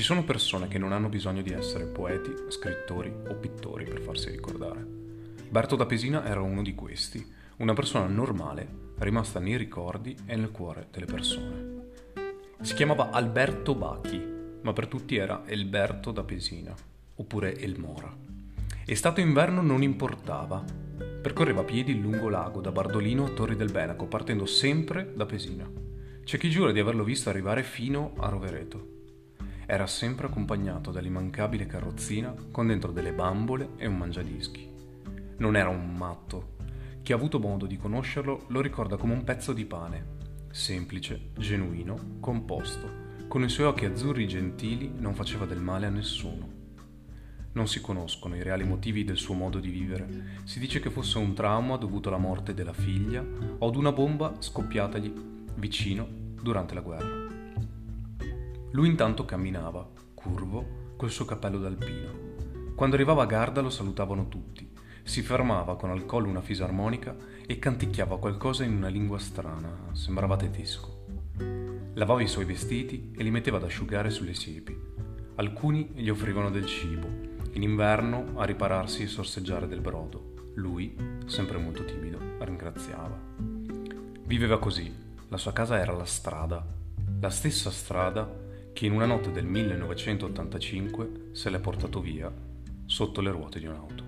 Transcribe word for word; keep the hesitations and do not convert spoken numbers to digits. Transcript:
Ci sono persone che non hanno bisogno di essere poeti, scrittori o pittori per farsi ricordare. Berto da Pesina era uno di questi, una persona normale, rimasta nei ricordi e nel cuore delle persone. Si chiamava Alberto Bachi, ma per tutti era Elberto da Pesina, oppure El Mora. Estate o inverno non importava, percorreva a piedi il lungo lago da Bardolino a Torri del Benaco, partendo sempre da Pesina. C'è chi giura di averlo visto arrivare fino a Rovereto. Era sempre accompagnato dall'immancabile carrozzina con dentro delle bambole e un mangiadischi. Non era un matto. Chi ha avuto modo di conoscerlo lo ricorda come un pezzo di pane, semplice, genuino, composto. Con i suoi occhi azzurri gentili non faceva del male a nessuno. Non si conoscono i reali motivi del suo modo di vivere. Si dice che fosse un trauma dovuto alla morte della figlia o ad una bomba scoppiatagli vicino durante la guerra. Lui intanto camminava, curvo, col suo cappello d'alpino. Quando arrivava a Garda lo salutavano tutti. Si fermava con al collo una fisarmonica e canticchiava qualcosa in una lingua strana, sembrava tedesco. Lavava i suoi vestiti e li metteva ad asciugare sulle siepi. Alcuni gli offrivano del cibo, in inverno a ripararsi e sorseggiare del brodo. Lui, sempre molto timido, ringraziava. Viveva così, la sua casa era la strada, la stessa strada che in una notte del millenovecentottantacinque se l'è portato via sotto le ruote di un'auto.